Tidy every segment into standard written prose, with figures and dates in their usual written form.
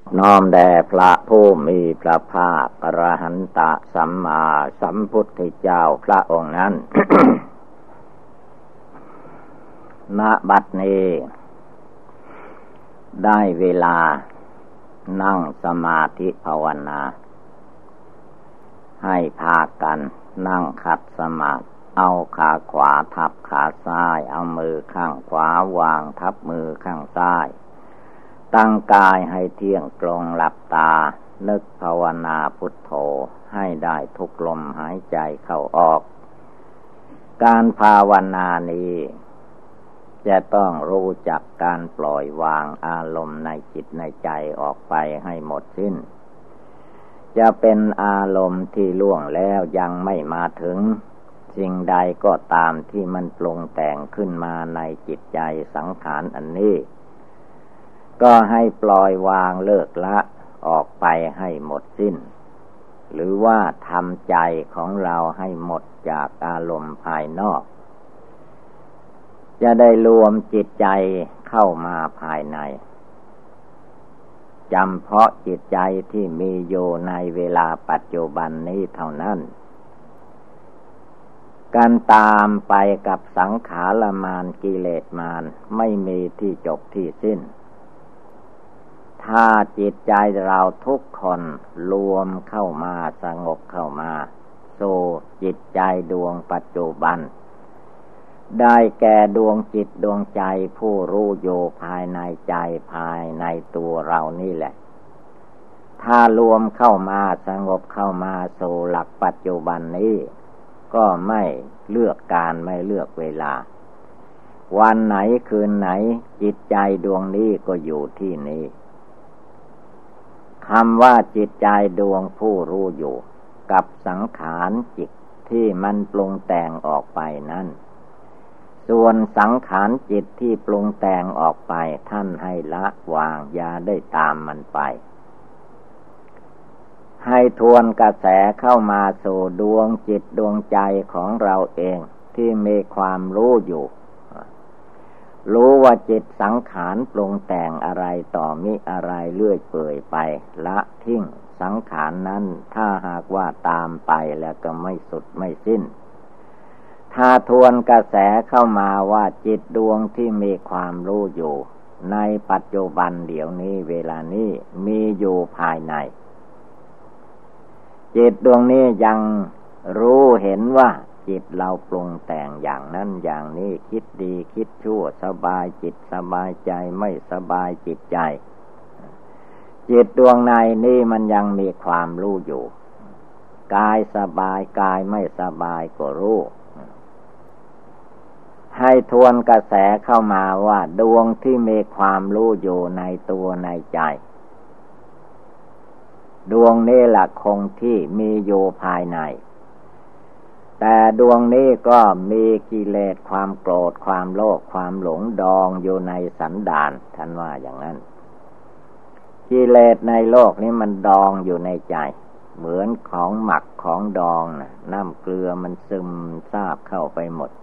น้อมแด่พระผู้มีพระภาคอรหันตสัมมาสัมพุทธเจ้าพระองค์นั้น ณ บัดนี้ได้เวลานั่งสมาธิภาวนาให้พากันนั่งขัดสมาธิเอาขาขวาทับขาซ้ายเอามือข้างขวาวางทับมือข้างซ้ายตั้งกายให้เที่ยงตรงหลับตานึกภาวนาพุทโธให้ได้ทุกลมหายใจเข้าออกการภาวนานี้จะต้องรู้จักการปล่อยวางอารมณ์ในจิตในใจออกไปให้หมดสิ้นจะเป็นอารมณ์ที่ล่วงแล้วยังไม่มาถึงสิ่งใดก็ตามที่มันปรุงแต่งขึ้นมาในจิตใจสังขารอันนี้ก็ให้ปล่อยวางเลิกละออกไปให้หมดสิ้นหรือว่าทำใจของเราให้หมดจากอารมณ์ภายนอกจะได้รวมจิตใจเข้ามาภายในจำเพาะจิตใจที่มีอยู่ในเวลาปัจจุบันนี้เท่านั้นการตามไปกับสังขารมารกิเลสมารไม่มีที่จบที่สิ้นถ้าจิตใจเราทุกคนรวมเข้ามาสงบเข้ามาสู่จิตใจดวงปัจจุบันได้แก่ดวงจิตดวงใจผู้รู้อยู่ภายในใจภายในตัวเรานี่แหละถ้ารวมเข้ามาสงบเข้ามาสู่หลักปัจจุบันนี้ก็ไม่เลือกการไม่เลือกเวลาวันไหนคืนไหนจิตใจดวงนี้ก็อยู่ที่นี่คำว่าจิตใจดวงผู้รู้อยู่กับสังขารจิตที่มันปรุงแต่งออกไปนั้นส่วนสังขารจิตที่ปรุงแต่งออกไปท่านให้ละวางอย่าได้ตามมันไปให้ทวนกระแสเข้ามาสู่ดวงจิตดวงใจของเราเองที่มีความรู้อยู่รู้ว่าจิตสังขารปรุงแต่งอะไรต่อมิอะไรเลื่อยเปื่อยไปละทิ้งสังขารนั้นถ้าหากว่าตามไปแล้วก็ไม่สุดไม่สิ้นถ้าทวนกระแสเข้ามาว่าจิตดวงที่มีความรู้อยู่ในปัจจุบันเดี๋ยวนี้เวลานี้มีอยู่ภายในจิตดวงนี้ยังรู้เห็นว่าจิตเราปรุงแต่งอย่างนั้นอย่างนี้คิดดีคิดชั่วสบายจิตสบายใจไม่สบายจิตใจจิตดวงในนี่มันยังมีความรู้อยู่กายสบายกายไม่สบายก็รู้ให้ทวนกระแสเข้ามาว่าดวงที่มีความรู้อยู่ในตัวในใจดวงนี้แหละคงที่มีอยู่ภายในแต่ดวงนี้ก็มีกิเลสความโกรธความโลภความหลงดองอยู่ในสันดานท่านว่าอย่างนั้นกิเลสในโลกนี้มันดองอยู่ในใจเหมือนของหมักของดองนะน้ำเกลือมันซึมซาบเข้าไปหมด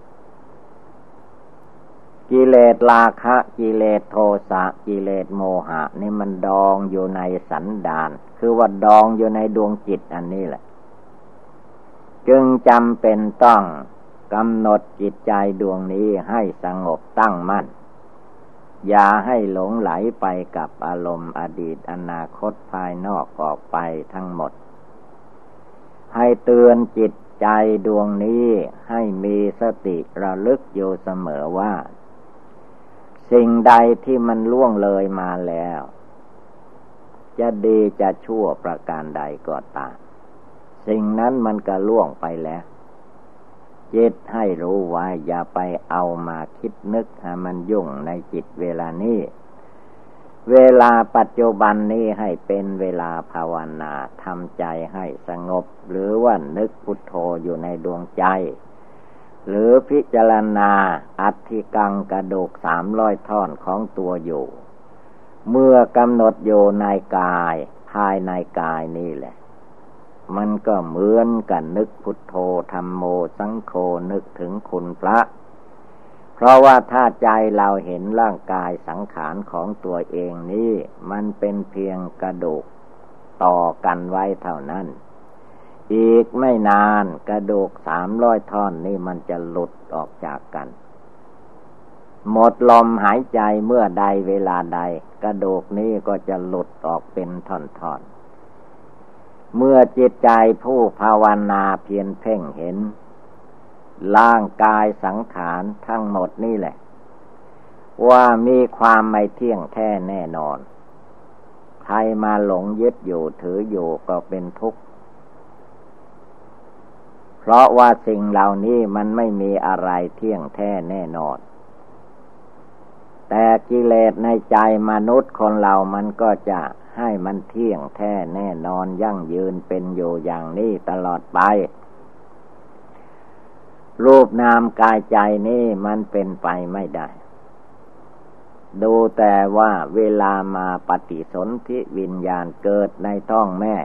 กิเลสราคะกิเลสโทสะกิเลสโมหะนี่มันดองอยู่ในสันดานคือว่าดองอยู่ในดวงจิตอันนี้แหละจึงจำเป็นต้องกำหนดจิตใจดวงนี้ให้สงบตั้งมั่นอย่าให้หลงไหลไปกับอารมณ์อดีตอนาคตภายนอกออกไปทั้งหมดให้เตือนจิตใจดวงนี้ให้มีสติระลึกอยู่เสมอว่าสิ่งใดที่มันล่วงเลยมาแล้วจะดีจะชั่วประการใดก็ตามสิ่งนั้นมันก็ล่วงไปแล้วจิตให้รู้ไว้อย่าไปเอามาคิดนึกให้มันยุ่งในจิตเวลานี้เวลาปัจจุบันนี้ให้เป็นเวลาภาวนาทำใจให้สงบหรือว่านึกพุทโธอยู่ในดวงใจหรือพิจารณาอัฐิกังกระดูก300 ท่อนของตัวอยู่เมื่อกำหนดอยู่ในกายภายในกายนี่แหละมันก็เหมือนกันนึกพุทโธธัมโมสังโฆนึกถึงคุณพระเพราะว่าถ้าใจเราเห็นร่างกายสังขารของตัวเองนี้มันเป็นเพียงกระดูกต่อกันไว้เท่านั้นอีกไม่นานกระดูก300 ท่อนนี่มันจะหลุดออกจากกันหมดลมหายใจเมื่อใดเวลาใดกระดูกนี้ก็จะหลุดออกเป็นท่อนๆเมื่อจิตใจผู้ภาวนาเพียรเพ่งเห็นร่างกายสังขารทั้งหมดนี่แหละว่ามีความไม่เที่ยงแท้แน่นอนใครมาหลงยึดอยู่ถืออยู่ก็เป็นทุกข์เพราะว่าสิ่งเหล่านี้มันไม่มีอะไรเที่ยงแท้แน่นอนแต่กิเลสในใจมนุษย์คนเรามันก็จะให้มันเที่ยงแท้แน่นอนยั่งยืนเป็นอยู่อย่างนี้ตลอดไปรูปนามกายใจนี่มันเป็นไปไม่ได้ดูแต่ว่าเวลามาปฏิสนธิวิญญาณเกิดในท้องแม่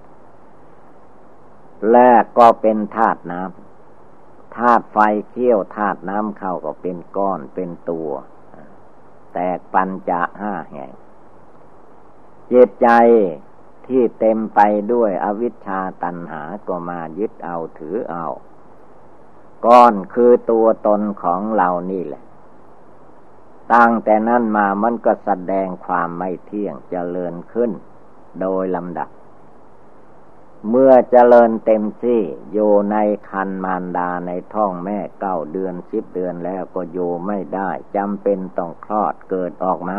แรกก็เป็นธาตุน้ำธาตุไฟเคี่ยวธาตุน้ำเข้าก็เป็นก้อนเป็นตัวแตกปัญจะ5 แห่งจิตใจที่เต็มไปด้วยอวิชชาตัณหาก็มายึดเอาถือเอาก้อนคือตัวตนของเรานี่แหละตั้งแต่นั้นมามันก็แสดงความไม่เที่ยงเจริญขึ้นโดยลำดับเมื่อเจริญเต็มที่อยู่ในครรภ์มารดาในท้องแม่9 เดือน10 เดือนแล้วก็อยู่ไม่ได้จำเป็นต้องคลอดเกิดออกมา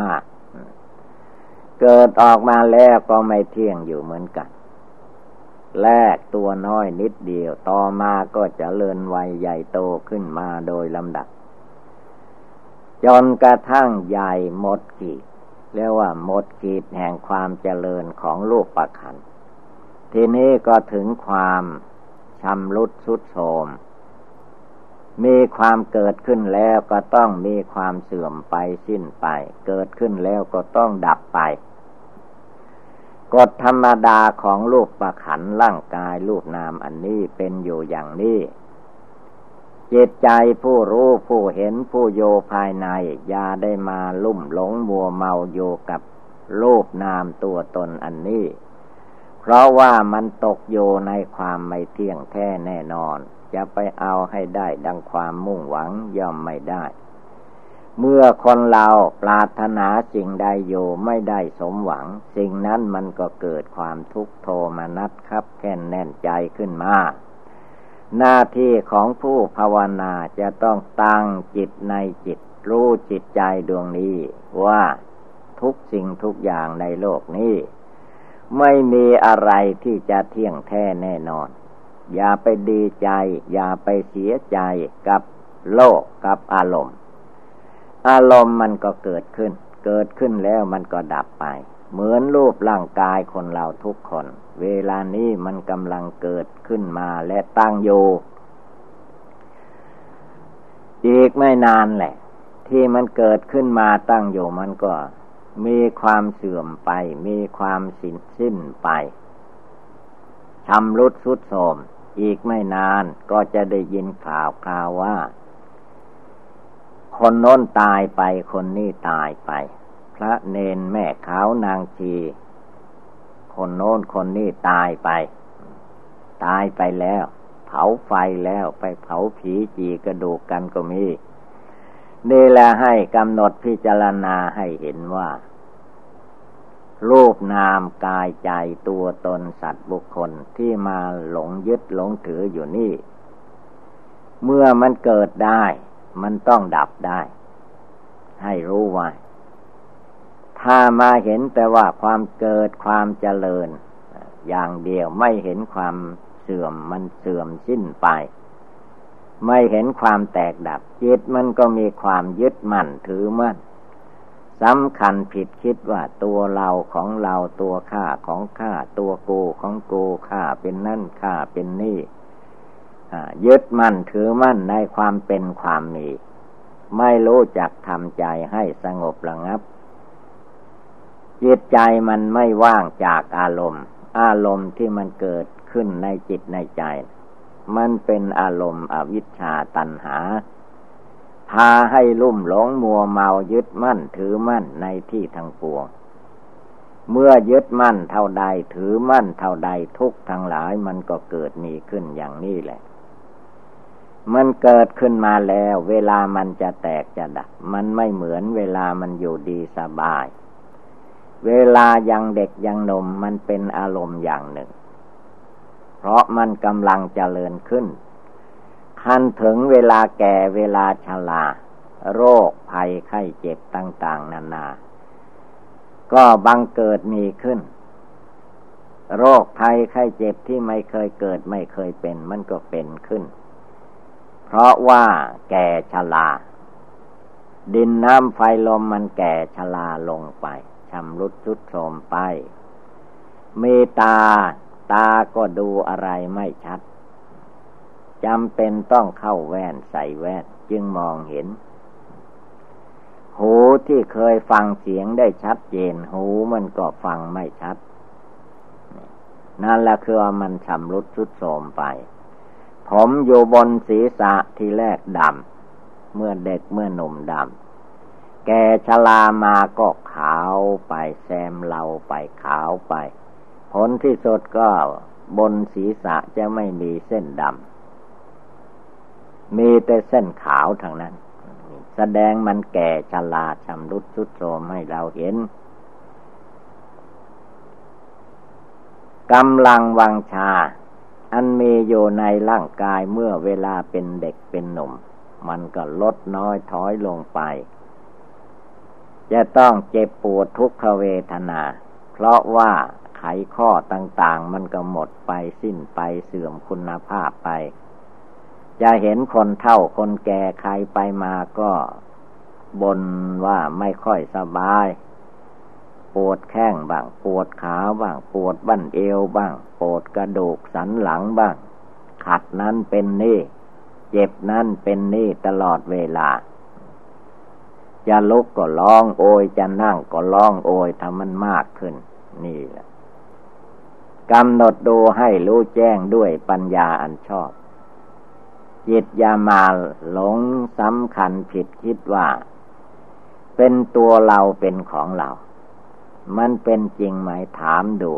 แล้วก็ไม่เที่ยงอยู่เหมือนกันแรกตัวน้อยนิดเดียวต่อมาก็เจริญวัยใหญ่โตขึ้นมาโดยลำดับจนกระทั่งใหญ่หมดขีดเรียกว่าหมดขีดแห่งความเจริญของรูปขันธ์ทีนี้ก็ถึงความชำรุดทรุดโทรมมีความเกิดขึ้นแล้วก็ต้องมีความเสื่อมไปสิ้นไปเกิดขึ้นแล้วก็ต้องดับไปกฎธรรมดาของรูปขันธ์ร่างกายรูปนามอันนี้เป็นอยู่อย่างนี้จิตใจผู้รู้ผู้เห็นผู้โยภายในอย่าได้มาลุ่มหลงมัวเมาโยกับรูปนามตัวตนอันนี้เพราะว่ามันตกโยในความไม่เที่ยงแท้แน่นอนจะไปเอาให้ได้ดังความมุ่งหวังย่อมไม่ได้เมื่อคนเราปรารถนาสิ่งใดอยู่ไม่ได้สมหวังสิ่งนั้นมันก็เกิดความทุกข์โทมนัสคับแค้นแน่นใจขึ้นมาหน้าที่ของผู้ภาวนาจะต้องตั้งจิตในจิตรู้จิตใจดวงนี้ว่าทุกสิ่งทุกอย่างในโลกนี้ไม่มีอะไรที่จะเที่ยงแท้แน่นอนอย่าไปดีใจอย่าไปเสียใจกับโลกกับอารมณ์มันก็เกิดขึ้นแล้วมันก็ดับไปเหมือนรูปร่างกายคนเราทุกคนเวลานี้มันกำลังเกิดขึ้นมาและตั้งอยู่อีกไม่นานแหละที่มันเกิดขึ้นมาตั้งอยู่มันก็มีความเสื่อมไปมีความสิ้นไปชำรุดทรุดโทรมอีกไม่นานก็จะได้ยินข่าวว่าคนโน้นตายไปคนนี้ตายไปพระเนนแม่ขาวนางชีคนโน้นคนนี้ตายไปแล้วเผาไฟแล้วไปเผาผีจีกระดูกกันก็มีนี่แหละให้กำหนดพิจารณาให้เห็นว่ารูปนามกายใจตัวตนสัตว์บุคคลที่มาหลงยึดหลงถืออยู่นี่เมื่อมันเกิดได้มันต้องดับได้ให้รู้ไว้ถ้ามาเห็นแต่ว่าความเกิดความเจริญอย่างเดียวไม่เห็นความเสื่อมมันเสื่อมสิ้นไปไม่เห็นความแตกดับจิตมันก็มีความยึดมั่นถือมั่นสำคัญผิดคิดว่าตัวเราของเราตัวข้าของข้าตัวกูของกูข้าเป็นนั่นข้าเป็นนี่ยึดมั่นถือมั่นในความเป็นความมีไม่รู้จักทำใจให้สงบระงับจิตใจมันไม่ว่างจากอารมณ์ที่มันเกิดขึ้นในจิตในใจมันเป็นอารมณ์อวิชชาตัณหาภาให้ลุ่มหลงมัวเมายึดมั่นถือมั่นในที่ทั้งปวงเมื่อยึดมั่นเท่าใดถือมั่นเท่าใดทุกข์ทั้งหลายมันก็เกิดมีขึ้นอย่างนี้แหละมันเกิดขึ้นมาแล้วเวลามันจะแตกจะดับมันไม่เหมือนเวลามันอยู่ดีสบายเวลายังเด็กยังหนุ่มมันเป็นอารมณ์อย่างหนึ่งเพราะมันกำลังเจริญขึ้นคันถึงเวลาแก่เวลาชราโรคภัยไข้เจ็บต่างๆนานาก็บังเกิดมีขึ้นโรคภัยไข้เจ็บที่ไม่เคยเกิดไม่เคยเป็นมันก็เป็นขึ้นเพราะว่าแก่ชราดินน้ำไฟลมมันแก่ชราลงไปชำรุดทรุดโทรมไปมีตาก็ดูอะไรไม่ชัดจำเป็นต้องเข้าแว่นใส่แว่นจึงมองเห็นหูที่เคยฟังเสียงได้ชัดเจนหูมันก็ฟังไม่ชัดนั่นแหละคือมันชำรุดทรุดโทรมไปผมอยู่บนศีรษะที่แรกดำเมื่อเด็กเมื่อหนุ่มดำแก่ชรามาก็ขาวไปแซมเราไปขาวไปผลที่สุดก็บนศีรษะจะไม่มีเส้นดำมีแต่เส้นขาวทางนั้นแสดงมันแก่ชราชำรุดทรุดโทรมให้เราเห็นกำลังวังชาอันมีอยู่ในร่างกายเมื่อเวลาเป็นเด็กเป็นหนุ่มมันก็ลดน้อยถอยลงไปจะต้องเจ็บปวดทุกขเวทนาเพราะว่าไขข้อต่างๆมันก็หมดไปสิ้นไปเสื่อมคุณภาพไปจะเห็นคนเฒ่าคนแก่ใครไปมาก็บ่นว่าไม่ค่อยสบายปวดแข้งบ้างปวดขาบ้างปวดบั้นเอวบ้างปวดกระดูกสันหลังบ้างขัดนั้นเป็นนี่เจ็บนั้นเป็นนี่ตลอดเวลาจะลุกก็ร้องโอยจะนั่งก็ร้องโอยทำมันมากขึ้นนี่แหละกำหนดดูให้รู้แจ้งด้วยปัญญาอันชอบจิตอย่ามาหลงสำคัญผิดคิดว่าเป็นตัวเราเป็นของเรามันเป็นจริงไหมถามดู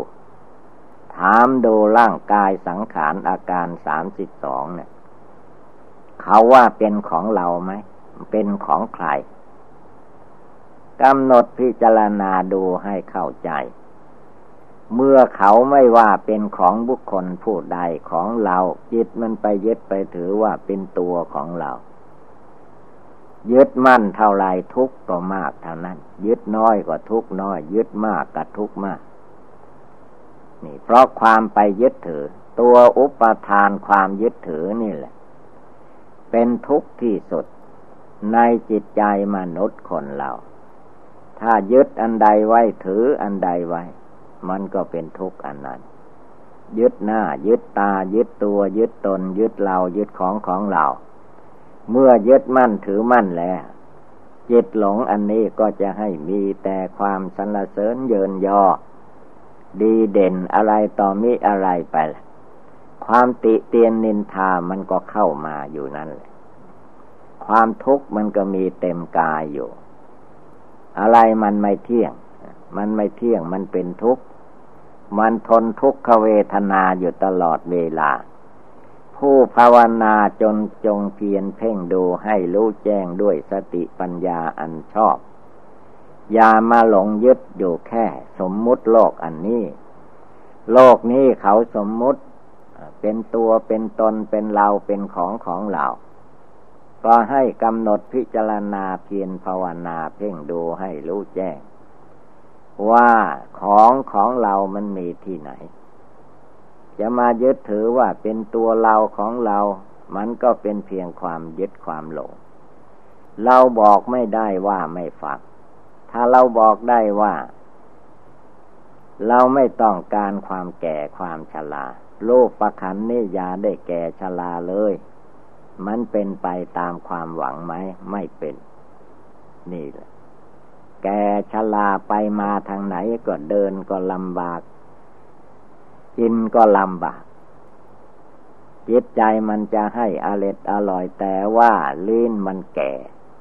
ร่างกายสังขารอาการ32เนี่ยเขาว่าเป็นของเราไหมเป็นของใครกำหนดพิจารณาดูให้เข้าใจเมื่อเขาไม่ว่าเป็นของบุคคลผู้ใดของเราจิตมันไปยึดไปถือว่าเป็นตัวของเรายึดมั่นเท่าไรทุกข์ก็มากเท่านั้นยึดน้อยก็ทุกข์น้อยยึดมากก็ทุกข์มากนี่เพราะความไปยึดถือตัวอุปทานความยึดถือนี่แหละเป็นทุกข์ที่สุดในจิตใจมนุษย์คนเราถ้ายึดอันใดไว้ถืออันใดไว้มันก็เป็นทุกข์อันนั้นยึดหน้ายึดตายึดตัวยึดตนยึดเรายึดของเราเมื่อยึดมั่นถือมั่นแล้วจิตหลงอันนี้ก็จะให้มีแต่ความสรรเสริญเยินยอดีเด่นอะไรต่อมิอะไรไปความติเตียนนินทามันก็เข้ามาอยู่นั่นแหละความทุกข์มันก็มีเต็มกายอยู่อะไรมันไม่เที่ยงมันเป็นทุกข์มันทนทุกขเวทนาอยู่ตลอดเวลาผู้ภาวนาจงเพียรเพ่งดูให้รู้แจ้งด้วยสติปัญญาอันชอบอย่ามาหลงยึดอยู่แค่สมมุติโลกอันนี้โลกนี้เขาสมมุติเป็นตัวเป็นตนเป็นเราเป็นของเราก็ให้กำหนดพิจารณาเพียรภาวนาเพ่งดูให้รู้แจ้งว่าของเรามันมีที่ไหนจะมายึดถือว่าเป็นตัวเราของเรามันก็เป็นเพียงความยึดความหลงเราบอกไม่ได้ว่าไม่ฟังถ้าเราบอกได้ว่าเราไม่ต้องการความแก่ความชราโลกประขันนี่อย่าได้แก่ชราเลยมันเป็นไปตามความหวังไหมไม่เป็นนี่แหละแก่ชราไปมาทางไหนก็เดินก็ลำบากกินก็ลำบากจิตใจมันจะให้อร่อยแต่ว่าลิ้นมันแก่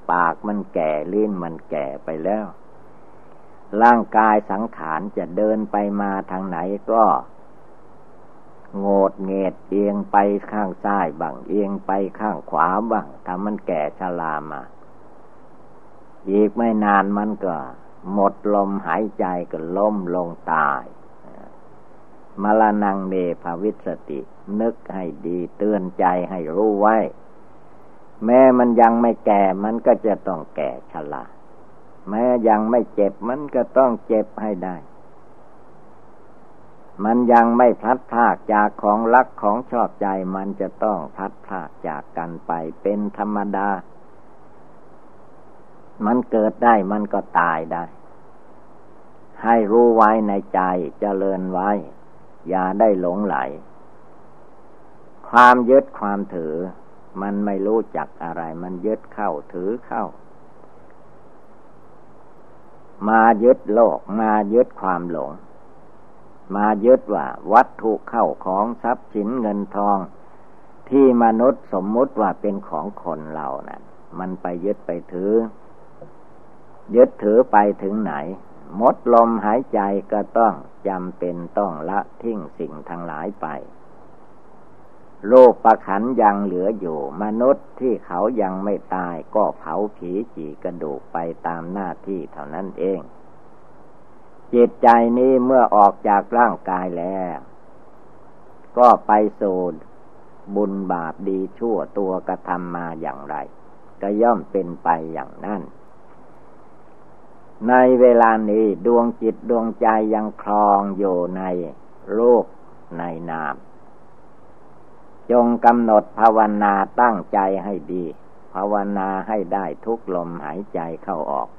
ปากมันแก่ลิ้นมันแก่ไปแล้วร่างกายสังขารจะเดินไปมาทางไหนก็โงดเงดเอียงไปข้างซ้ายบ้างเอียงไปข้างขวาบ้างถ้ามันแก่ชรามาอีกไม่นานมันก็หมดลมหายใจก็ล้มลงตายมรณังเมภวิสสตินึกให้ดีเตือนใจให้รู้ไว้แม้มันยังไม่แก่มันก็จะต้องแก่ชราแม้ยังไม่เจ็บมันก็ต้องเจ็บให้ได้มันยังไม่พลัดพรากจากของรักของชอบใจมันจะต้องพลัดพรากจากกันไปเป็นธรรมดามันเกิดได้มันก็ตายได้ให้รู้ไว้ในใจเจริญไว้อย่าได้หลงไหลความยึดความถือมันไม่รู้จักอะไรมันยึดเข้าถือเข้ามายึดโลกมายึดความหลงมายึดว่าวัตถุเข้าของทรัพย์สินเงินทองที่มนุษย์สมมุติว่าเป็นของคนเรานั้นมันไปยึดไปถือยึดถือไปถึงไหนหมดลมหายใจก็ต้องจำเป็นต้องละทิ้งสิ่งทั้งหลายไปโลกประขันยังเหลืออยู่มนุษย์ที่เขายังไม่ตายก็เผาผีจีกระดูกไปตามหน้าที่เท่านั้นเองจิตใจนี้เมื่อออกจากร่างกายแล้วก็ไปสู่บุญบาปดีชั่วตัวกระทำมาอย่างไรก็ย่อมเป็นไปอย่างนั้นในเวลานี้ดวงจิตดวงใจยังครองอยู่ในรูปในนามจงกำหนดภาวนาตั้งใจให้ดีภาวนาให้ได้ทุกลมหายใจเข้าออก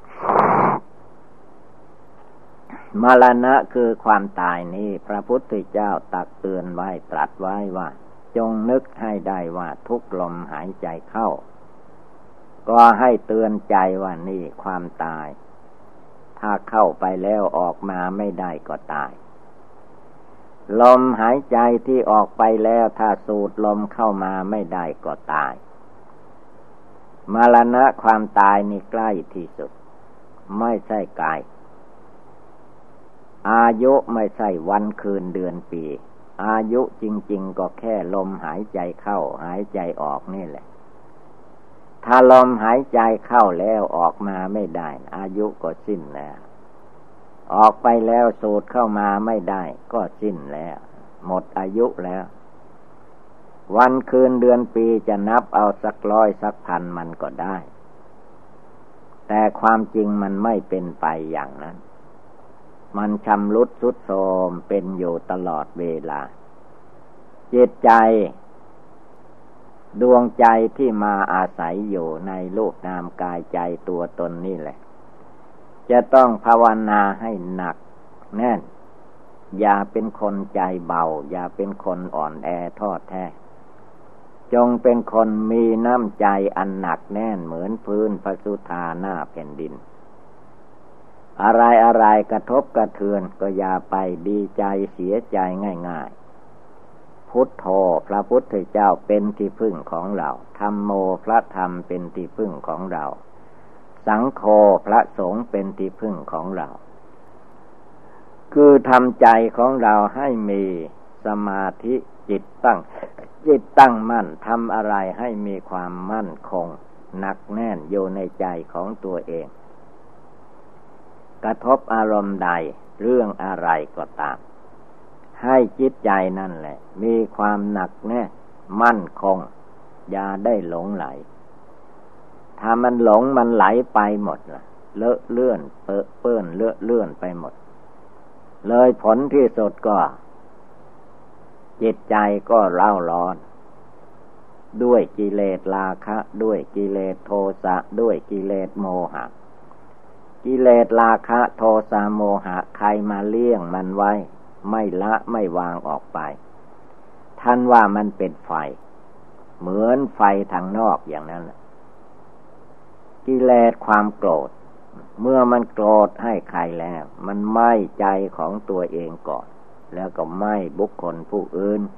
มรณะคือความตายนี้พระพุทธเจ้าตักเตือนไว้ตรัสไว้ว่าจงนึกให้ได้ว่าทุกลมหายใจเข้าก็ให้เตือนใจว่านี่ความตายถ้าเข้าไปแล้วออกมาไม่ได้ก็ตายลมหายใจที่ออกไปแล้วถ้าสูดลมเข้ามาไม่ได้ก็ตายมรณะความตายนี่ใกล้ที่สุดไม่ใช่ไกลอายุไม่ใช่วันคืนเดือนปีอายุจริงๆก็แค่ลมหายใจเข้าหายใจออกนี่แหละถ้าลมหายใจเข้าแล้วออกมาไม่ได้อายุก็สิ้นแล้วออกไปแล้วสูดเข้ามาไม่ได้ก็สิ้นแล้วหมดอายุแล้ววันคืนเดือนปีจะนับเอาสักร้อยสักพันมันก็ได้แต่ความจริงมันไม่เป็นไปอย่างนั้นมันชำรุดทรุดโทรมเป็นอยู่ตลอดเวลาจิตใจดวงใจที่มาอาศัยอยู่ในรูปนามกายใจตัวตนนี่แหละจะต้องภาวนาให้หนักแน่นอย่าเป็นคนใจเบาอย่าเป็นคนอ่อนแอท้อแท้จงเป็นคนมีน้ำใจอันหนักแน่นเหมือนพื้นพระสุธาหน้าแผ่นดินอะไรกระทบกระเทือนก็อย่าไปดีใจเสียใจง่ายๆพุทโธพระพุทธเจ้าเป็นที่พึ่งของเราธัมโมพระธรรมเป็นที่พึ่งของเราสังโฆพระสงฆ์เป็นที่พึ่งของเราคือทำใจของเราให้มีสมาธิจิตตั้งมั่นทำอะไรให้มีความมั่นคงหนักแน่นอยู่ในใจของตัวเองกระทบอารมณ์ใดเรื่องอะไรก็ตามให้จิตใจนั่นแหละมีความหนักแน่นมั่นคงอย่าได้หลงไหลถ้ามันหลงมันไหลไปหมดล่ะเลอะเลื่อนเปื้อนเลอะเลื่อนไปหมดเลยผลที่สุดก็จิตใจก็เร่าร้อนด้วยกิเลสราคะด้วยกิเลสโทสะด้วยกิเลสโมหะกิเลสราคะโทสะโมหะใครมาเลี้ยงมันไว้ไม่ละไม่วางออกไปท่านว่ามันเป็นไฟเหมือนไฟทางนอกอย่างนั้นกิเลสความโกรธเมื่อมันโกรธให้ใครแล้วมันไหม้ใจของตัวเองก่อนแล้วก็ไหม้บุคคลผู้อื่น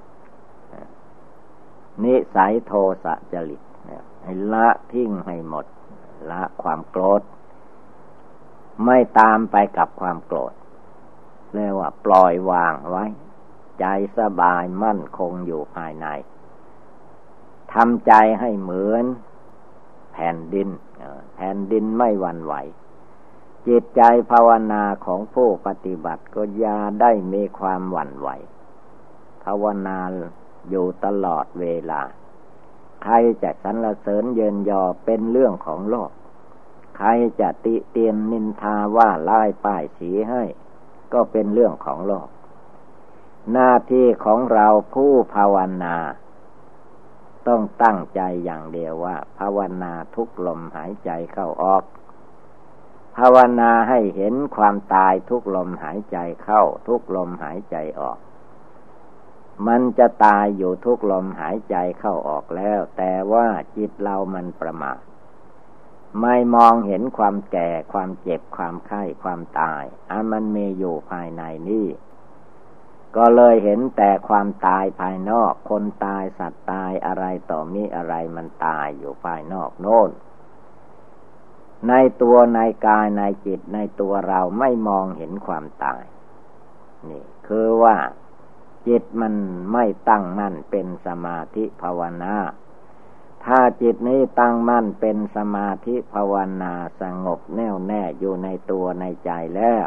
นิสัยโทสะจริตให้ละทิ้งให้หมดละความโกรธไม่ตามไปกับความโกรธเรียกว่าปล่อยวางไว้ใจสบายมั่นคงอยู่ภายในทำใจให้เหมือนแผ่นดินแผ่นดินไม่หวั่นไหวจิตใจภาวนาของผู้ปฏิบัติก็อย่าได้มีความหวั่นไหวภาวนาอยู่ตลอดเวลาใครจะสรรเสริญเยินยอเป็นเรื่องของโลกใครจะติเตียนนินทาว่าร้ายป้ายสีให้ก็เป็นเรื่องของโลกหน้าที่ของเราผู้ภาวนาต้องตั้งใจอย่างเดียวว่าภาวนาทุกลมหายใจเข้าออกภาวนาให้เห็นความตายทุกลมหายใจเข้าทุกลมหายใจออกมันจะตายอยู่ทุกลมหายใจเข้าออกแล้วแต่ว่าจิตเรามันประมาทไม่มองเห็นความแก่ความเจ็บความไข้ความตายมันมีอยู่ภายในนี้ก็เลยเห็นแต่ความตายภายนอกคนตายสัตว์ตายอะไรต่อมีอะไรมันตายอยู่ภายนอกโน่นในตัวในกายในจิตในตัวเราไม่มองเห็นความตายนี่คือว่าจิตมันไม่ตั้งมั่นเป็นสมาธิภาวนาถ้าจิตนี้ตั้งมั่นเป็นสมาธิภาวนาสงบแน่วแน่อยู่ในตัวในใจแล้ว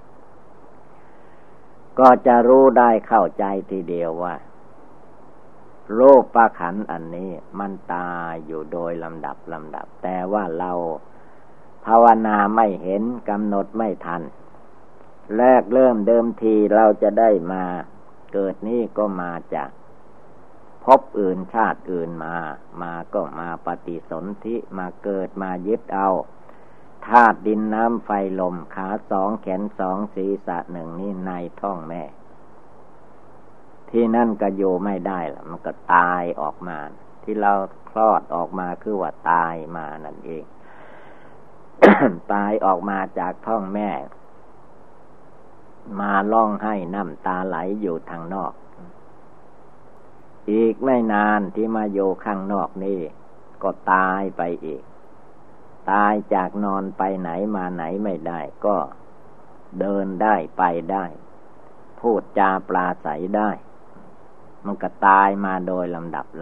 ก็จะรู้ได้เข้าใจทีเดียวว่าโลกปะขันอันนี้มันตายอยู่โดยลำดับแต่ว่าเราภาวนาไม่เห็นกำหนดไม่ทันแรกเริ่มเดิมทีเราจะได้มาเกิดนี้ก็มาจากภพอื่นชาติอื่นมาก็มาปฏิสนธิมาเกิดมายึดเอาธาตุดินน้ำไฟลมขาสองแขนสองศีรษะหนึ่งนี่ในท้องแม่ที่นั่นก็อยู่ไม่ได้ล่ะมันก็ตายออกมาที่เราคลอดออกมาคือว่าตายมานั่นเอง ตายออกมาจากท้องแม่มาร้องไห้น้ำตาไหลอยู่ทางนอกอีกไม่นานที่มาอยู่ข้างนอกนี่ก็ตายไปอีกตายจากนอนไปไหนมาไหนไม่ได้ก็เดินได้ไปได้พูดจาปราศัยได้มันก็ตายมาโดยลำดับ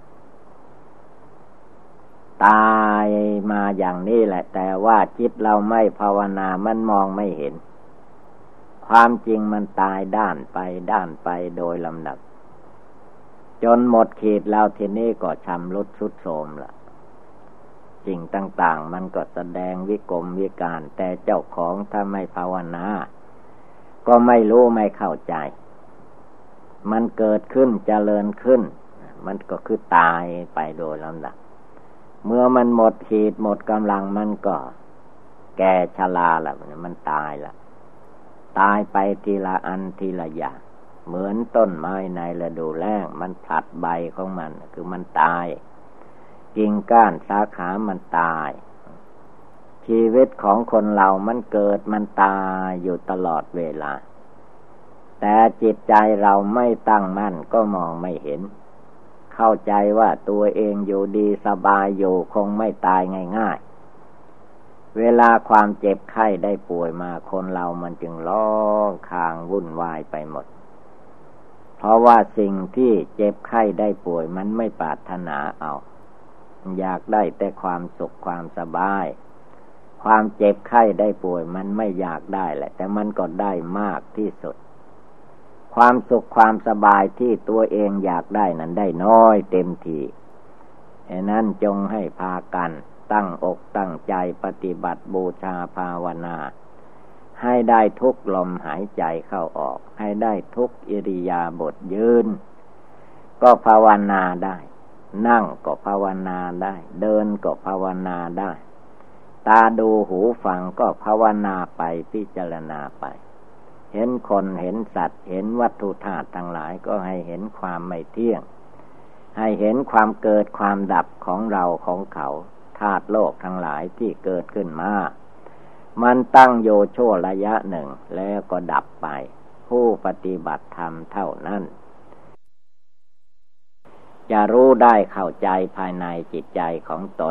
ตายมาอย่างนี้แหละแต่ว่าจิตเราไม่ภาวนามันมองไม่เห็นความจริงมันตายด้านไปโดยลำดับจนหมดขีดแล้วทีนี้ก็ชำรุดทรุดโทรมละสิ่งต่างๆมันก็แสดงวิกลวิการแต่เจ้าของถ้าไม่ภาวนาก็ไม่รู้ไม่เข้าใจมันเกิดขึ้นเจริญขึ้นมันก็คือตายไปโดยลำดับเมื่อมันหมดขีดหมดกำลังมันก็แก่ชราละมันตายละตายไปทีละอันทีละอย่างเหมือนต้นไม้ในฤดูแล้งมันผลัดใบของมันคือมันตายกิ่งก้านสาขามันตายชีวิตของคนเรามันเกิดมันตายอยู่ตลอดเวลาแต่จิตใจเราไม่ตั้งมั่นก็มองไม่เห็นเข้าใจว่าตัวเองอยู่ดีสบายอยู่คงไม่ตายง่ายๆเวลาความเจ็บไข้ได้ป่วยมาคนเรามันจึงร้องครางวุ่นวายไปหมดเพราะว่าสิ่งที่เจ็บไข้ได้ป่วยมันไม่ปรารถนาเอาอยากได้แต่ความสุขความสบายความเจ็บไข้ได้ป่วยมันไม่อยากได้แหละแต่มันก็ได้มากที่สุดความสุขความสบายที่ตัวเองอยากได้นั้นได้น้อยเต็มทีฉะนั้นจงให้พากันตั้งอกตั้งใจปฏิบัติบูชาภาวนาให้ได้ทุกลมหายใจเข้าออกให้ได้ทุกอิริยาบถยืนก็ภาวนาได้นั่งก็ภาวนาได้เดินก็ภาวนาได้ตาดูหูฟังก็ภาวนาไปพิจารณาไปเห็นคนเห็นสัตว์เห็นวัตถุธาตุทั้งหลายก็ให้เห็นความไม่เที่ยงให้เห็นความเกิดความดับของเราของเขาธาตุโลกทั้งหลายที่เกิดขึ้นมามันตั้งอยู่ชั่วระยะหนึ่งแล้วก็ดับไปผู้ปฏิบัติธรรมเท่านั้นจะรู้ได้เข้าใจภายในจิตใจของตน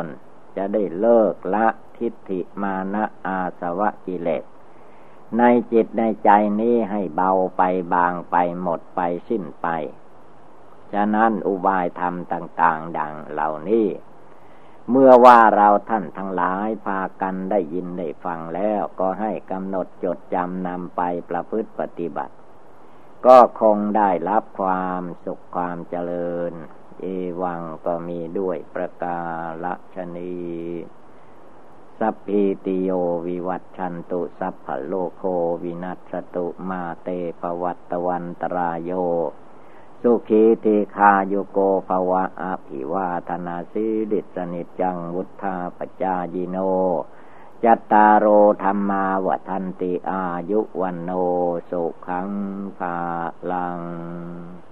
จะได้เลิกละทิฏฐิมานะอาสวะกิเลสในจิตในใจนี้ให้เบาไปบางไปหมดไปสิ้นไปฉะนั้นอุบายธรรมต่างๆดังเหล่านี้เมื่อว่าเราท่านทั้งหลายพากันได้ยินได้ฟังแล้วก็ให้กำหนดจดจำนำไปประพฤติปฏิบัติก็คงได้รับความสุขความเจริญเอวังก็มีด้วยประกาศนีสัพพิติโยวิวัชชันตุสัพพะโลกโควินัสตุมาเตภวัตวันตรายโยสุขีติคาโยโกภวะอภิวาทนาสิริสนิจจังวุธาปจายิโนจัตตารโอธรรมาวัฏันติอายุวันโนสุขังภาลัง